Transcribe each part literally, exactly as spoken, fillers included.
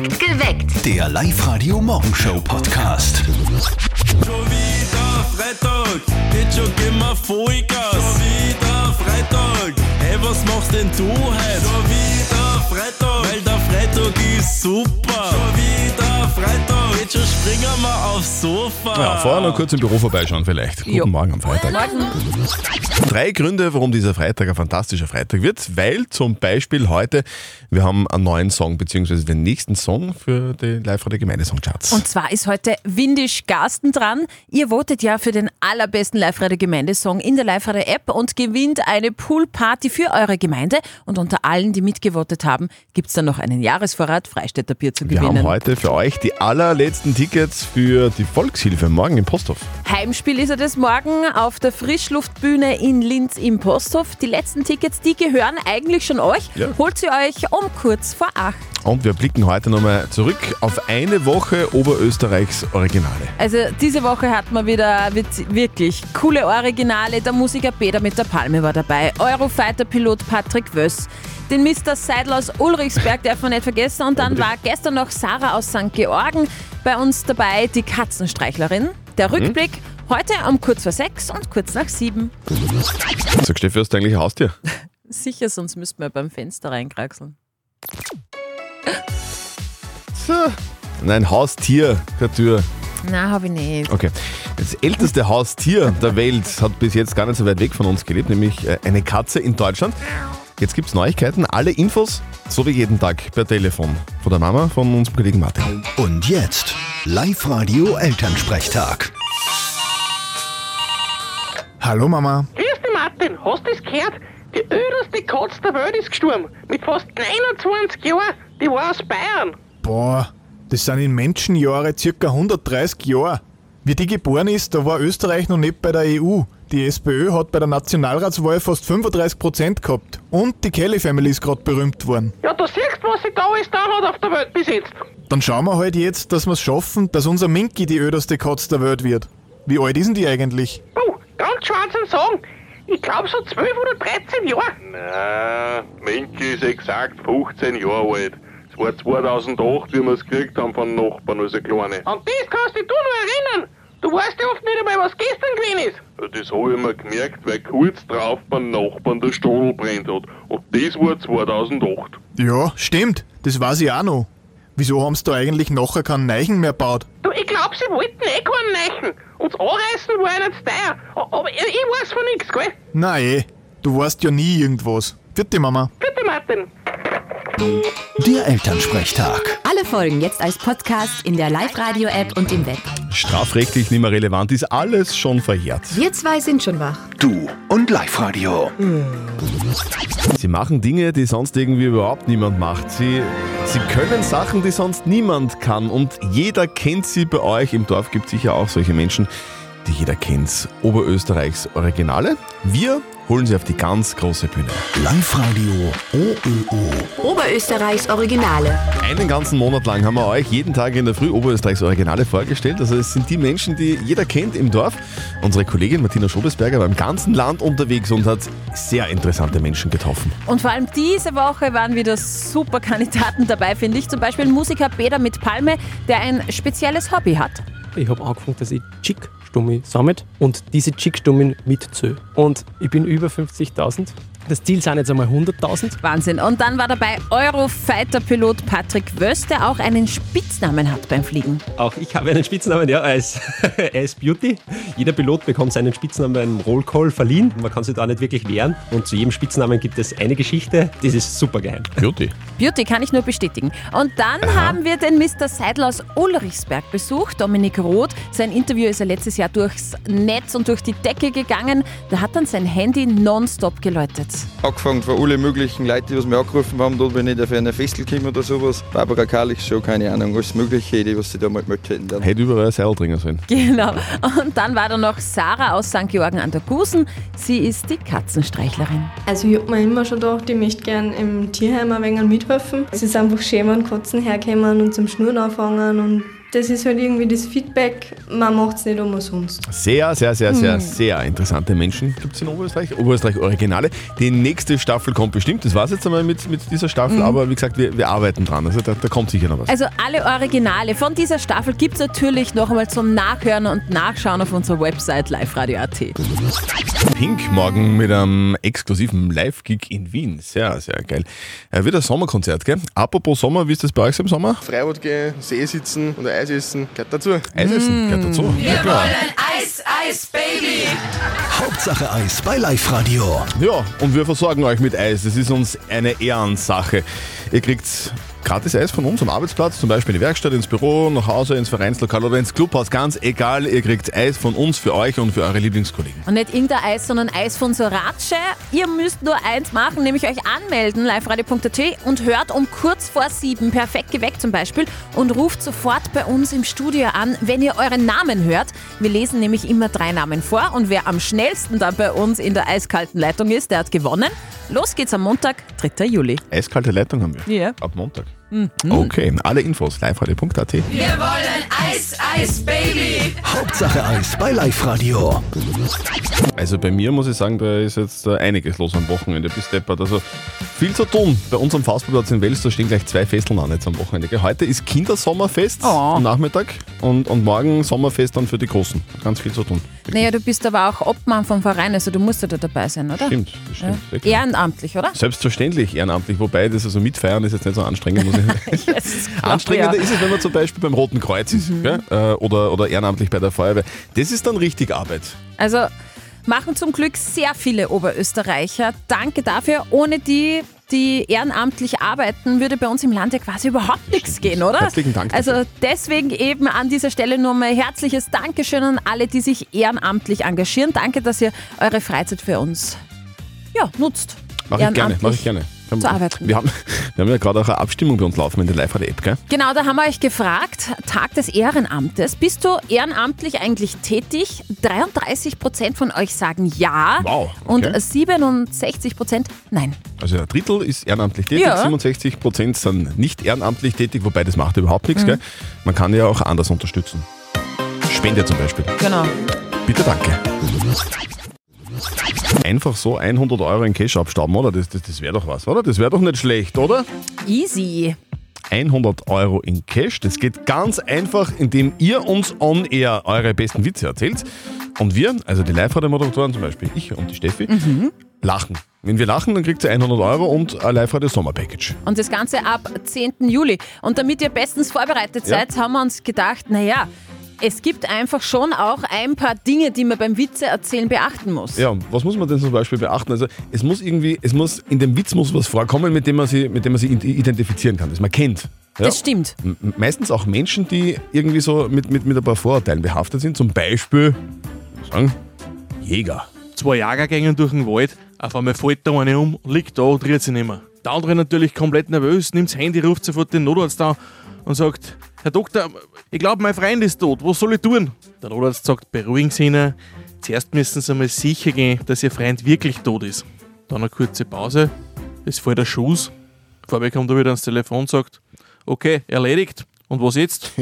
Geweckt. Der Live-Radio-Morgenshow-Podcast. Schon wieder Freitag, jetzt schon gehen wir Vollgas. Schon wieder Freitag, hey, was machst denn du heute? Schon wieder Freitag, weil der Freitag ist super. Schon wieder Freitag, jetzt schon springen wir aufs Sofa. Ja, vorher noch kurz im Büro vorbeischauen vielleicht. Guten Jo. Morgen am Freitag. Morgen. Drei Gründe, warum dieser Freitag ein fantastischer Freitag wird, weil zum Beispiel heute wir haben einen neuen Song, beziehungsweise den nächsten Song für die Live-Radio-Gemeindesong-Charts. Und zwar ist heute Windisch Garsten dran. Ihr votet ja für den allerbesten Live-Radio-Gemeindesong in der Live-Radio-App und gewinnt eine Poolparty für eure Gemeinde. Und unter allen, die mitgevotet haben, gibt es dann noch einen Jahresvorrat Freistädter Bier zu Wir gewinnen. haben heute für euch die allerletzten Tickets für die Volkshilfe morgen im Posthof. Heimspiel ist ja das morgen auf der Frischluftbühne in Linz im Posthof. Die letzten Tickets, die gehören eigentlich schon euch. Ja. Holt sie euch um kurz vor acht. Und wir blicken heute nochmal zurück auf eine Woche Oberösterreichs Originale. Also diese Woche hat man wieder wirklich coole Originale. Der Musiker Peter mit der Palme war dabei. Eurofighter-Pilot Patrick Wöss. Den Mister Seidel aus Ulrichsberg darf man nicht vergessen. Und dann war gestern noch Sarah aus Sankt Georgen bei uns dabei, die Katzenstreichlerin. Der Rückblick heute um kurz vor sechs und kurz nach sieben. Sag Steffi, hast du eigentlich ein Haustier? Sicher, sonst müssten wir beim Fenster reinkraxeln. So. Nein, Haustier, keine Tür. Na, habe ich nicht. Okay. Das älteste Haustier der Welt hat bis jetzt gar nicht so weit weg von uns gelebt, nämlich äh, eine Katze in Deutschland. Jetzt gibt es Neuigkeiten, alle Infos, so wie jeden Tag per Telefon. Von der Mama, von unserem Kollegen Martin. Und jetzt Live-Radio-Elternsprechtag. Hallo Mama. Grüß dich, Martin. Hast du das gehört? Die älteste Katze der Welt ist gestorben. Mit fast neunundzwanzig Jahren. Die war aus Bayern. Boah, das sind in Menschenjahre ca. hundertdreißig Jahre. Wie die geboren ist, da war Österreich noch nicht bei der E U. Die SPÖ hat bei der Nationalratswahl fast fünfunddreißig Prozent gehabt. Und die Kelly Family ist gerade berühmt worden. Ja, du siehst, was sich da alles da hat auf der Welt bis jetzt. Dann schauen wir halt jetzt, dass wir es schaffen, dass unser Minky die älteste Katze der Welt wird. Wie alt ist denn die eigentlich? Oh, ganz schwer zu sagen. Ich glaube so zwölf oder dreizehn Jahre. Nein, Minky ist exakt fünfzehn Jahre alt. Es war zweitausendacht, wie wir es gekriegt haben von Nachbarn als eine Kleine. An das kannst dich du noch erinnern. Du weißt ja oft nicht einmal, was gestern gewesen ist. Ja, das habe ich mir gemerkt, weil kurz drauf beim Nachbarn der Stadel brennt hat. Und das war zweitausendacht. Ja, stimmt. Das weiß ich auch noch. Wieso haben sie da eigentlich nachher keinen Neichen mehr gebaut? Du, ich glaube, sie wollten eh keinen Neichen. Und das Anreißen war ja nicht teuer. Aber ich, ich weiß von nichts, gell? Nein, eh. Du weißt ja nie irgendwas. Vierte Mama. Bitte, Martin. Der Elternsprechtag. Alle Folgen jetzt als Podcast in der Live-Radio-App und im Web. Strafrechtlich nicht mehr relevant, ist alles schon verjährt. Wir zwei sind schon wach. Du und Live-Radio. Sie machen Dinge, die sonst irgendwie überhaupt niemand macht. Sie, sie können Sachen, die sonst niemand kann. Und jeder kennt sie bei euch. Im Dorf gibt es sicher auch solche Menschen, die jeder kennt. Oberösterreichs Originale. Wir holen sie auf die ganz große Bühne. Live-Radio O Ö O. Oberösterreichs Originale. Einen ganzen Monat lang haben wir euch jeden Tag in der Früh Oberösterreichs Originale vorgestellt. Also es sind die Menschen, die jeder kennt im Dorf. Unsere Kollegin Martina Schobesberger war im ganzen Land unterwegs und hat sehr interessante Menschen getroffen. Und vor allem diese Woche waren wieder super Kandidaten dabei, finde ich. Zum Beispiel Musiker Peter mit Palme, der ein spezielles Hobby hat. Ich habe angefangen, dass ich Chick-Stummi sammle und diese Chick-Stummin mitzähle. Und ich bin über fünfzigtausend. Das Ziel sind jetzt einmal hunderttausend. Wahnsinn. Und dann war dabei Eurofighter-Pilot Patrick Wöss, der auch einen Spitznamen hat beim Fliegen. Auch ich habe einen Spitznamen, ja, er ist, er ist Beauty. Jeder Pilot bekommt seinen Spitznamen beim Roll Call verliehen. Man kann sich da nicht wirklich wehren. Und zu jedem Spitznamen gibt es eine Geschichte. Das ist super geheim. Beauty. Beauty kann ich nur bestätigen. Und dann Aha. haben wir den Mister Seidel aus Ulrichsberg besucht, Dominik Roth. Sein Interview ist ja letztes Jahr durchs Netz und durch die Decke gegangen. Da hat dann sein Handy nonstop geläutet. Angefangen von alle möglichen Leuten, die was mich angerufen haben, dort bin ich auf eine Festel gekommen oder sowas. Barbara Karlich Show, keine Ahnung, alles mögliche, die was sie da mal gemeldet hätten. Dann. Hätte überall ein Seil dringen sollen. Genau. Und dann war da noch Sarah aus Sankt Georgen an der Gusen. Sie ist die Katzenstreichlerin. Also ich habe mir immer schon gedacht, ich möchte gerne im Tierheim ein wenig mithelfen. Es ist einfach schön, wenn Katzen herkommen und zum Schnurren anfangen und das ist halt irgendwie das Feedback, man macht es nicht umsonst. Sehr, sehr, sehr, sehr, Hm. sehr interessante Menschen gibt es in Oberösterreich. Oberösterreich Originale. Die nächste Staffel kommt bestimmt, das war es jetzt einmal mit, mit dieser Staffel, Mhm. aber wie gesagt, wir, wir arbeiten dran. Also da, da kommt sicher noch was. Also alle Originale von dieser Staffel gibt es natürlich noch einmal zum Nachhören und Nachschauen auf unserer Website live radio punkt a t. Pink morgen mit einem exklusiven Live-Gig in Wien. Sehr, sehr geil. Äh, wieder ein Sommerkonzert, gell? Apropos Sommer, wie ist das bei euch so im Sommer? Freibad gehen, See sitzen oder Eis essen, gehört dazu. Eis essen, gehört dazu. Ja, klar. Eis, Eis, Baby. Hauptsache Eis bei Live Radio. Ja, und wir versorgen euch mit Eis. Das ist uns eine Ehrensache. Ihr kriegt gratis Eis von uns am Arbeitsplatz, zum Beispiel in die Werkstatt, ins Büro, nach Hause, ins Vereinslokal oder ins Clubhaus. Ganz egal, ihr kriegt Eis von uns für euch und für eure Lieblingskollegen. Und nicht irgendein Eis, sondern Eis von Sorace. Ihr müsst nur eins machen, nämlich euch anmelden, live radio punkt a t und hört um kurz vor sieben perfekt geweckt zum Beispiel und ruft sofort bei uns im Studio an, wenn ihr euren Namen hört. Wir lesen nämlich immer drei Namen vor und wer am schnellsten dann bei uns in der eiskalten Leitung ist, der hat gewonnen. Los geht's am Montag, dritter Juli. Eiskalte Leitung haben wir. Ja. Ab Montag. Mhm. Okay, alle Infos live radio punkt a t. Wir wollen Eis, Eis, Baby. Hauptsache Eis bei Live Radio. Also bei mir muss ich sagen, da ist jetzt äh, einiges los am Wochenende bis deppert. Also viel zu tun. Bei uns am Faustballplatz in Wels, da stehen gleich zwei Festeln an jetzt am Wochenende. Gell? Heute ist Kindersommerfest Oh. am Nachmittag und, und morgen Sommerfest dann für die Großen. Ganz viel zu tun. Naja, du bist aber auch Obmann vom Verein, also du musst ja da dabei sein, oder? Stimmt, das stimmt. Ja. Sehr klar. Ehrenamtlich, oder? Selbstverständlich ehrenamtlich, wobei das also mitfeiern ist jetzt nicht so anstrengend. Muss ich Yes, Anstrengender ja. ist es, wenn man zum Beispiel beim Roten Kreuz ist Mhm. gell? Äh, oder, oder ehrenamtlich bei der Feuerwehr. Das ist dann richtig Arbeit. Also machen zum Glück sehr viele Oberösterreicher. Danke dafür. Ohne die, die ehrenamtlich arbeiten, würde bei uns im Land ja quasi überhaupt nichts gehen, oder? Herzlichen Dank dafür. Also deswegen eben an dieser Stelle nur mal herzliches Dankeschön an alle, die sich ehrenamtlich engagieren. Danke, dass ihr eure Freizeit für uns ja, nutzt. Mach ich gerne, Ehrenamtlich mach ich gerne. zu arbeiten. Wir haben, wir haben ja gerade auch eine Abstimmung bei uns laufen in der Live-Radio-App, gell? Genau, da haben wir euch gefragt, Tag des Ehrenamtes, bist du ehrenamtlich eigentlich tätig? dreiunddreißig Prozent von euch sagen ja Wow, okay. und siebenundsechzig Prozent nein. Also ein Drittel ist ehrenamtlich tätig, Ja. siebenundsechzig Prozent sind nicht ehrenamtlich tätig, wobei das macht überhaupt nichts, Mhm. gell? Man kann ja auch anders unterstützen. Spende zum Beispiel. Genau. Bitte, danke. Einfach so hundert Euro in Cash abstauben, oder? Das, das, das wäre doch was, oder? Das wäre doch nicht schlecht, oder? Easy. hundert Euro in Cash. Das geht ganz einfach, indem ihr uns on air eure besten Witze erzählt. Und wir, also die Live-Radio-Moderatoren, zum Beispiel ich und die Steffi, Mhm. lachen. Wenn wir lachen, dann kriegt ihr hundert Euro und ein Live-Radio-Sommer-Package. Und das Ganze ab zehnten Juli. Und damit ihr bestens vorbereitet Ja. seid, haben wir uns gedacht, naja, es gibt einfach schon auch ein paar Dinge, die man beim Witze erzählen beachten muss. Ja, was muss man denn zum Beispiel beachten? Also es muss irgendwie, es muss, in dem Witz muss was vorkommen, mit dem man sie, mit dem man sie identifizieren kann, das man kennt. Ja? Das stimmt. M- Meistens auch Menschen, die irgendwie so mit, mit, mit ein paar Vorurteilen behaftet sind. Zum Beispiel, sagen, Jäger. Zwei Jäger gingen durch den Wald, auf einmal fällt der eine um, liegt da und rührt sich nicht mehr. Der andere natürlich komplett nervös, nimmt das Handy, ruft sofort den Notarzt an und sagt, Herr Doktor, ich glaube, mein Freund ist tot, was soll ich tun? Der Notarzt sagt, beruhigen Sie ihn, zuerst müssen Sie einmal sicher gehen, dass Ihr Freund wirklich tot ist. Dann eine kurze Pause, es fällt der Schuss, vorbei kommt er wieder ans Telefon und sagt, okay, erledigt, und was jetzt?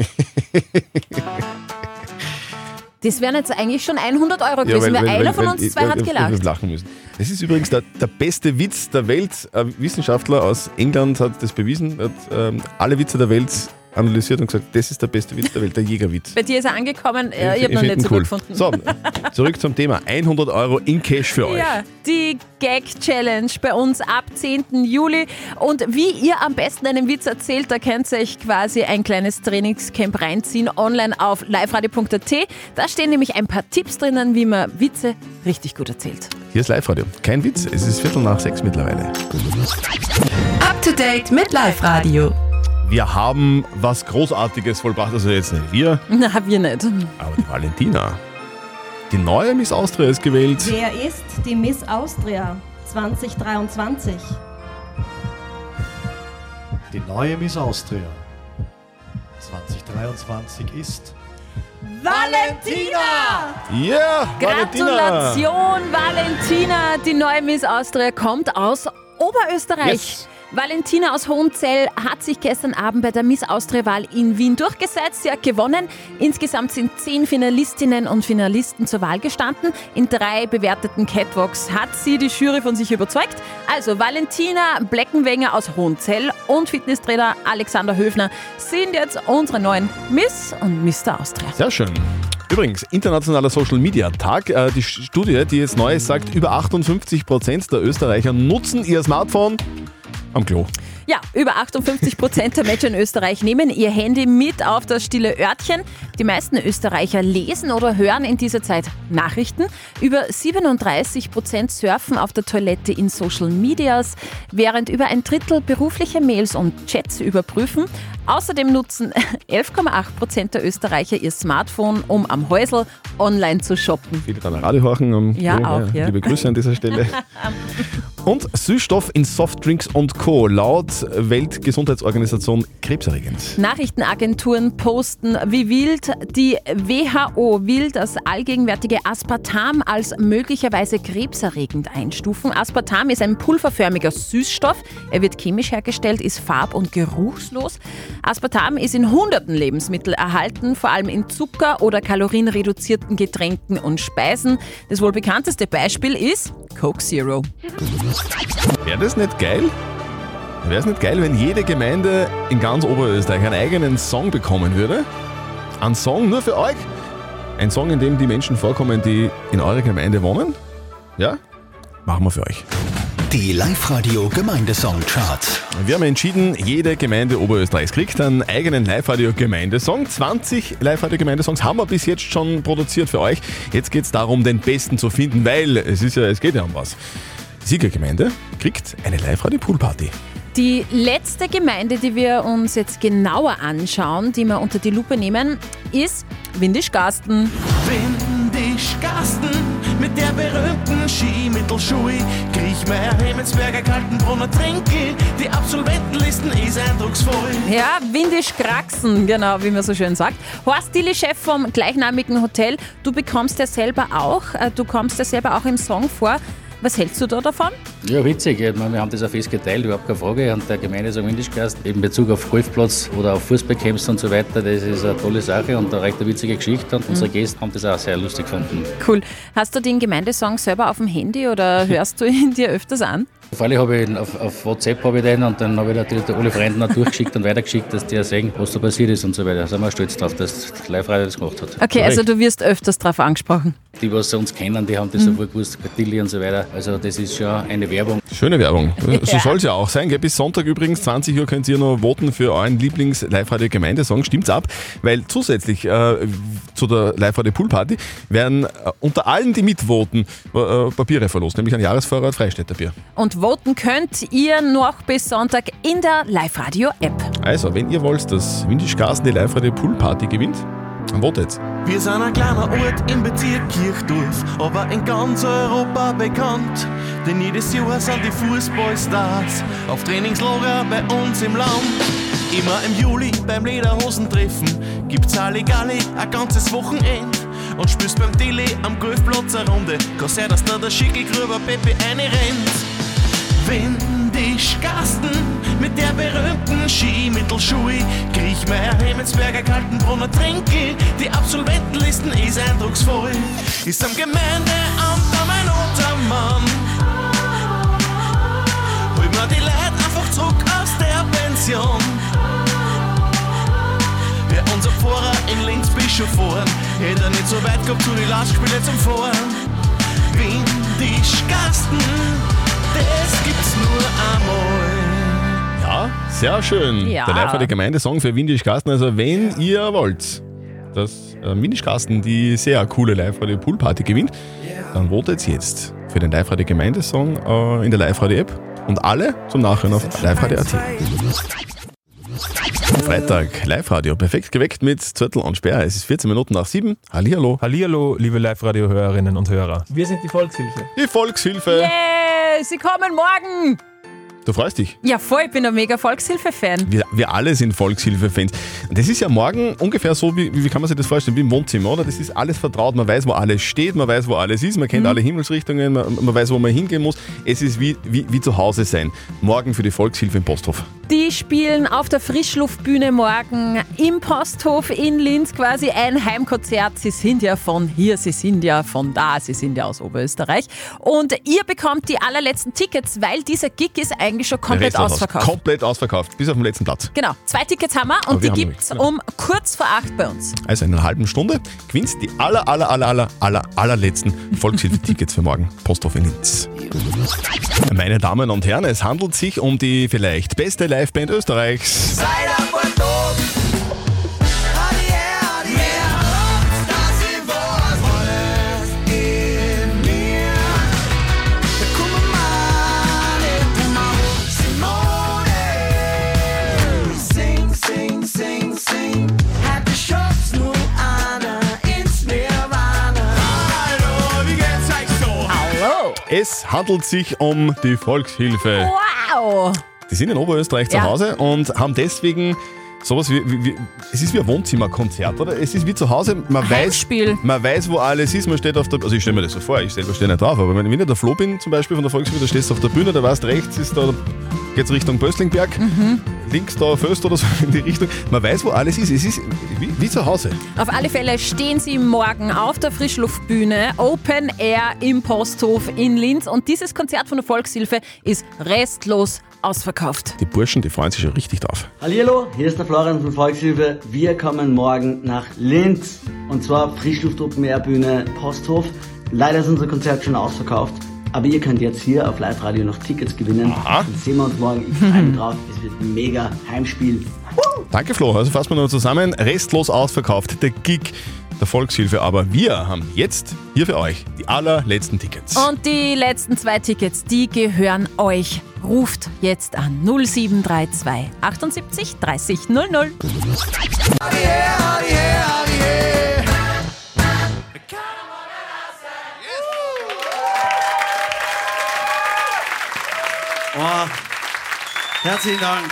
Das wären jetzt eigentlich schon hundert Euro gewesen, weil, einer von uns zwei weil- hat weil- gelacht. weil wir lachen müssen. Das ist übrigens der, der beste Witz der Welt. Ein Wissenschaftler aus England hat das bewiesen, hat ähm, alle Witze der Welt analysiert und gesagt, das ist der beste Witz der Welt, der Jägerwitz. Bei dir ist er angekommen, äh, ich habe noch find nicht ihn so cool. gut gefunden. So, zurück zum Thema. hundert Euro in Cash für euch. Ja, die Gag-Challenge bei uns ab zehnten Juli. Und wie ihr am besten einen Witz erzählt, da könnt ihr euch quasi ein kleines Trainingscamp reinziehen, online auf live radio punkt a t. Da stehen nämlich ein paar Tipps drinnen, wie man Witze richtig gut erzählt. Hier ist Live-Radio. Kein Witz, es ist Viertel nach sechs mittlerweile. Up to date mit Live Radio. Wir haben was Großartiges vollbracht, also jetzt nicht wir, Na, wir nicht. aber die Valentina. Die neue Miss Austria ist gewählt. Wer ist die Miss Austria zwanzig dreiundzwanzig? Die neue Miss Austria zwanzig dreiundzwanzig ist Valentina! Ja, Gratulation, Valentina. Die neue Miss Austria kommt aus Oberösterreich. Yes. Valentina aus Hohenzell hat sich gestern Abend bei der Miss Austria-Wahl in Wien durchgesetzt. Sie hat gewonnen. Insgesamt sind zehn Finalistinnen und Finalisten zur Wahl gestanden. In drei bewerteten Catwalks hat sie die Jury von sich überzeugt. Also Valentina Bleckenwenger aus Hohenzell und Fitnesstrainer Alexander Höfner sind jetzt unsere neuen Miss und Mister Austria. Sehr schön. Übrigens, internationaler Social Media Tag. Äh, die Studie, die jetzt neu ist, sagt, über achtundfünfzig Prozent der Österreicher nutzen ihr Smartphone am Klo. Ja, über achtundfünfzig Prozent der Menschen in Österreich nehmen ihr Handy mit auf das stille Örtchen. Die meisten Österreicher lesen oder hören in dieser Zeit Nachrichten. Über siebenunddreißig Prozent surfen auf der Toilette in Social Medias, während über ein Drittel berufliche Mails und Chats überprüfen. Außerdem nutzen elf Komma acht Prozent der Österreicher ihr Smartphone, um am Häusl online zu shoppen. Viele dann Radio horchen am Ja, Klo. auch, ja. Liebe Grüße an dieser Stelle. Und Süßstoff in Softdrinks und Co. laut Weltgesundheitsorganisation krebserregend. Nachrichtenagenturen posten wie wild. Die W H O will das allgegenwärtige Aspartam als möglicherweise krebserregend einstufen. Aspartam ist ein pulverförmiger Süßstoff. Er wird chemisch hergestellt, ist farb- und geruchslos. Aspartam ist in hunderten Lebensmitteln erhalten, vor allem in Zucker- oder kalorienreduzierten Getränken und Speisen. Das wohl bekannteste Beispiel ist Coke Zero. Wäre das nicht geil? Wäre es nicht geil, wenn jede Gemeinde in ganz Oberösterreich einen eigenen Song bekommen würde? Ein Song nur für euch? Ein Song, in dem die Menschen vorkommen, die in eurer Gemeinde wohnen? Ja? Machen wir für euch. Die Live-Radio Gemeindesong-Charts. Wir haben entschieden, jede Gemeinde Oberösterreichs kriegt einen eigenen Live-Radio-Gemeindesong. zwanzig Live-Radio-Gemeindesongs haben wir bis jetzt schon produziert für euch. Jetzt geht es darum, den besten zu finden, weil es, ist ja, es geht ja um was. Die Siegergemeinde kriegt eine Live-Radio-Poolparty. Die letzte Gemeinde, die wir uns jetzt genauer anschauen, die wir unter die Lupe nehmen, ist Windischgarsten. Windischgarsten mit der berühmten Skimittelschui. Griechmeier, Hemmetsberger, Kaltenbrunner, Trinkel. Die Absolventenlisten ist eindrucksvoll. Ja, Windischgraxen, genau, wie man so schön sagt. Horst Dilli, Chef vom gleichnamigen Hotel, du bekommst ja selber auch, du kommst ja selber auch im Song vor. Was hältst du da davon? Ja, witzig. Ich meine, wir haben das auch fest geteilt, überhaupt keine Frage. Und der Gemeindesong Windischgarsten in Bezug auf Golfplatz oder auf Fußballcamps und so weiter, das ist eine tolle Sache und eine recht witzige Geschichte. Und unsere Gäste haben das auch sehr lustig gefunden. Cool. Hast du den Gemeindesong selber auf dem Handy oder hörst du ihn dir öfters an? Vor allem habe ich ihn auf, auf WhatsApp habe ich den und dann habe ich natürlich alle Freunde noch durchgeschickt und weitergeschickt, dass die ja sehen, was da passiert ist und so weiter. Da sind wir stolz drauf, dass Live-Radio das gemacht hat. Okay, also du wirst öfters drauf angesprochen. Die, die uns kennen, die haben das mhm. sofort gewusst, Tilly und so weiter. Also das ist schon eine Werbung. Schöne Werbung. So Ja. soll es ja auch sein. Gell? Bis Sonntag übrigens, zwanzig Uhr, könnt ihr noch voten für euren Lieblings-Live-Radio-Gemeindesong. Stimmt's ab, weil zusätzlich äh, zu der Live-Radio-Poolparty werden äh, unter allen, die mitvoten, äh, Papiere verlost, nämlich ein Jahresvorrat Freistädter Bier. Und voten könnt ihr noch bis Sonntag in der Live-Radio-App. Also, wenn ihr wollt, dass Windischgarsten die Live-Radio-Poolparty gewinnt, dann votet. Wir sind ein kleiner Ort im Bezirk Kirchdorf, aber in ganz Europa bekannt. Denn jedes Jahr sind die Fußballstars auf Trainingslager bei uns im Land. Immer im Juli beim Lederhosentreffen gibt's Halligalli ein ganzes Wochenende. Und spielst beim Tilly am Golfplatz eine Runde. Kann sein, dass da der Schickelgruber Peppi reinrennt. Windischgarsten mit der berühmten Skimittelschui. Griechmeier, Hemmetsberger, Kaltenbrunner, Trinkel. Die Absolventenlisten ist eindrucksvoll. Ist am Gemeindeamt ein Untermann. Holt mir die Leute einfach zurück aus der Pension. Wer unser Pfarrer in Linz Bischof fahren, hätte er nicht so weit gehabt zu die Lastspiele zum Fahren. Windischgarsten, das gibt's nur einmal. Ja, sehr schön. Ja. Der Live-Radio-Gemeindesong für Windischgarsten. Also, wenn ihr wollt, dass äh, Windischgarsten die sehr coole Live-Radio-Poolparty gewinnt, dann votet jetzt für den Live-Radio-Gemeindesong äh, in der Live-Radio-App und alle zum Nachhören auf live radio punkt a t. Freitag, Live-Radio, perfekt geweckt mit Zürtel und Sperr. Es ist vierzehn Minuten nach sieben. Hallihallo. Hallihallo, liebe Live-Radio-Hörerinnen und Hörer. Wir sind die Volkshilfe. Die Volkshilfe. Yeah, sie kommen morgen. Du freust dich? Ja, voll, ich bin ein mega Volkshilfe-Fan. Wir, wir alle sind Volkshilfe-Fans. Das ist ja morgen ungefähr so, wie, wie kann man sich das vorstellen, wie im Wohnzimmer, oder? Das ist alles vertraut, man weiß, wo alles steht, man weiß, wo alles ist, man kennt mhm. alle Himmelsrichtungen, man, man weiß, wo man hingehen muss. Es ist wie, wie, wie zu Hause sein. Morgen für die Volkshilfe im Posthof. Die spielen auf der Frischluftbühne morgen im Posthof in Linz quasi ein Heimkonzert. Sie sind ja von hier, sie sind ja von da, sie sind ja aus Oberösterreich. Und ihr bekommt die allerletzten Tickets, weil dieser Gig ist eigentlich schon komplett ausverkauft. Komplett ausverkauft, bis auf den letzten Platz. Genau, zwei Tickets haben wir und Aber wir die gibt es genau. um kurz vor acht bei uns. Also in einer halben Stunde gewinnst die aller, aller, aller, aller, aller, allerletzten Volkshilfe-Tickets für morgen. Posthof in Linz. Meine Damen und Herren, es handelt sich um die vielleicht beste Liveband Österreichs. Seid ab und tot. Es handelt sich um die Volkshilfe. Wow! Die sind in Oberösterreich Ja. zu Hause und haben deswegen sowas wie, wie, wie, es ist wie ein Wohnzimmerkonzert, oder? Es ist wie zu Hause, man weiß, man weiß, wo alles ist, man steht auf der, also ich stelle mir das so vor, ich selber stehe nicht drauf, aber wenn ich der Flo bin, zum Beispiel von der Volkshilfe, da stehst du auf der Bühne, da weißt, rechts ist da, geht's Richtung Böstlingberg, Mhm. links da Föst oder so in die Richtung, man weiß, wo alles ist, es ist wie, wie zu Hause. Auf alle Fälle stehen sie morgen auf der Frischluftbühne Open Air im Posthof in Linz und dieses Konzert von der Volkshilfe ist restlos ausverkauft. Die Burschen, die freuen sich schon richtig drauf. Hallihallo, hier ist der Florian von Volkshilfe. Wir kommen morgen nach Linz und zwar Frischluft-Open-Air-Bühne Posthof. Leider ist unser Konzert schon ausverkauft, aber ihr könnt jetzt hier auf Live-Radio noch Tickets gewinnen. Dann sehen wir uns morgen. Ich freue mich drauf. Es wird ein mega Heimspiel. Danke Flo, also fassen wir noch zusammen, restlos ausverkauft, der Gig der Volkshilfe, aber wir haben jetzt hier für euch die allerletzten Tickets. Und die letzten zwei Tickets, die gehören euch. Ruft jetzt an null sieben drei zwei achtundsiebzig dreißig null null. Oh, herzlichen Dank.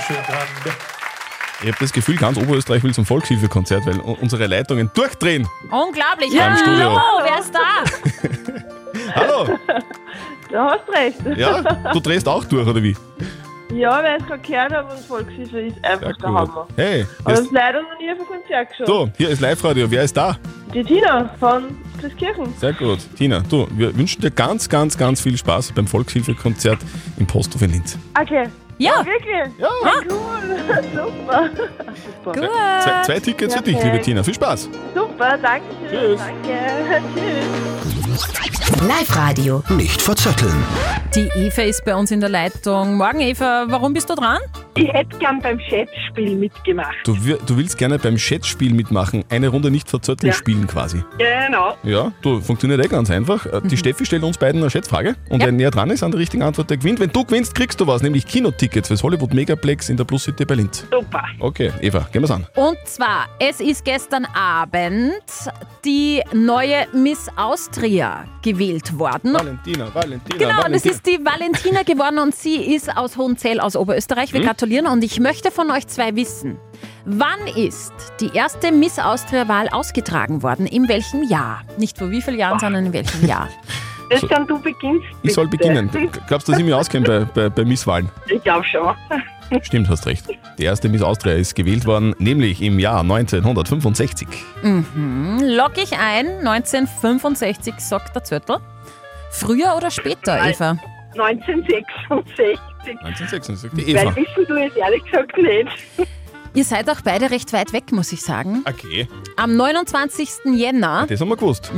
Ich habe das Gefühl, ganz Oberösterreich will zum Volkshilfe-Konzert, weil u- unsere Leitungen durchdrehen. Unglaublich. Ja, im Studio. Hallo, wer ist da? Hallo. Du hast recht. Ja, du drehst auch durch, oder wie? Ja, weil ich es gerade gehört habe und Volkshilfe ist einfach der gut. Hammer. Hey, Aber hier es ist, ist leider noch nie auf ein Konzert geschaut. so, hier ist Live-Radio. Wer ist da? Die Tina von Christkirchen. Sehr gut. Tina, du, wir wünschen dir ganz, ganz, ganz viel Spaß beim Volkshilfe-Konzert im Posthof in Linz. Okay. Ja. Wirklich? Ja. Cool. Super. Super. Gut. Zwei, zwei Tickets für dich, Perfekt. liebe Tina. Viel Spaß. Super, danke schön. Tschüss. Danke. Tschüss. Live-Radio. Nicht verzetteln. Die Eva ist bei uns in der Leitung. Morgen, Eva, warum bist du dran? Ich hätte gern beim Schätzspiel mitgemacht. Du, wir- du willst gerne beim Schätzspiel mitmachen, eine Runde nicht verzötteln Ja. spielen quasi. Genau. Ja, du, funktioniert eh ganz einfach. Äh, Die Steffi stellt uns beiden eine Schätzfrage und wer näher dran ist an der richtigen Antwort, der gewinnt. Wenn du gewinnst, kriegst du was, nämlich Kinotickets fürs Hollywood Megaplex in der Plus City bei Linz. Super. Okay, Eva, gehen wir's an. Und zwar, es ist gestern Abend die neue Miss Austria gewählt worden. Valentina, Valentina, Genau, das Valentina. ist die Valentina geworden und sie ist aus Hohenzell, aus Oberösterreich. Wir Hm? gratulieren und ich möchte von euch zwei wissen, wann ist die erste Miss Austria-Wahl ausgetragen worden? In welchem Jahr? Nicht vor wie vielen Jahren, sondern in welchem Jahr? Das So. dann du beginnst. Ich soll bitte. beginnen. Glaubst du, dass ich mich auskenne bei, bei, bei Misswahlen? Ich glaube schon. Stimmt, hast recht. Die erste Miss Austria ist gewählt worden, nämlich im Jahr neunzehnhundertfünfundsechzig. Mhm. Log ich ein, neunzehnhundertfünfundsechzig, sagt der Zöttl. Früher oder später, Nein. Eva? neunzehnhundertsechsundsechzig. neunzehnhundertsechsundsechzig, die Eva. Weil wissen du es ehrlich gesagt nicht. Ihr seid auch beide recht weit weg, muss ich sagen. Okay, Am neunundzwanzigsten Jänner das haben wir gewusst.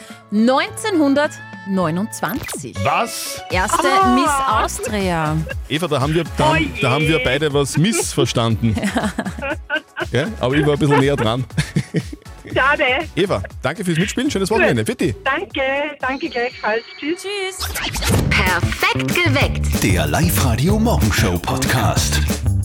neunzehnhundertneunundzwanzig. Was? Erste Ah. Miss Austria. Eva, da haben wir, da, haben- da haben wir beide was missverstanden. Ja, aber ich war ein bisschen näher dran. Schade. Eva, danke fürs Mitspielen, schönes Wochenende. Bitte. Danke, danke gleichfalls. Tschüss. Tschüss. Perfekt geweckt. Der Live-Radio Morgenshow Podcast.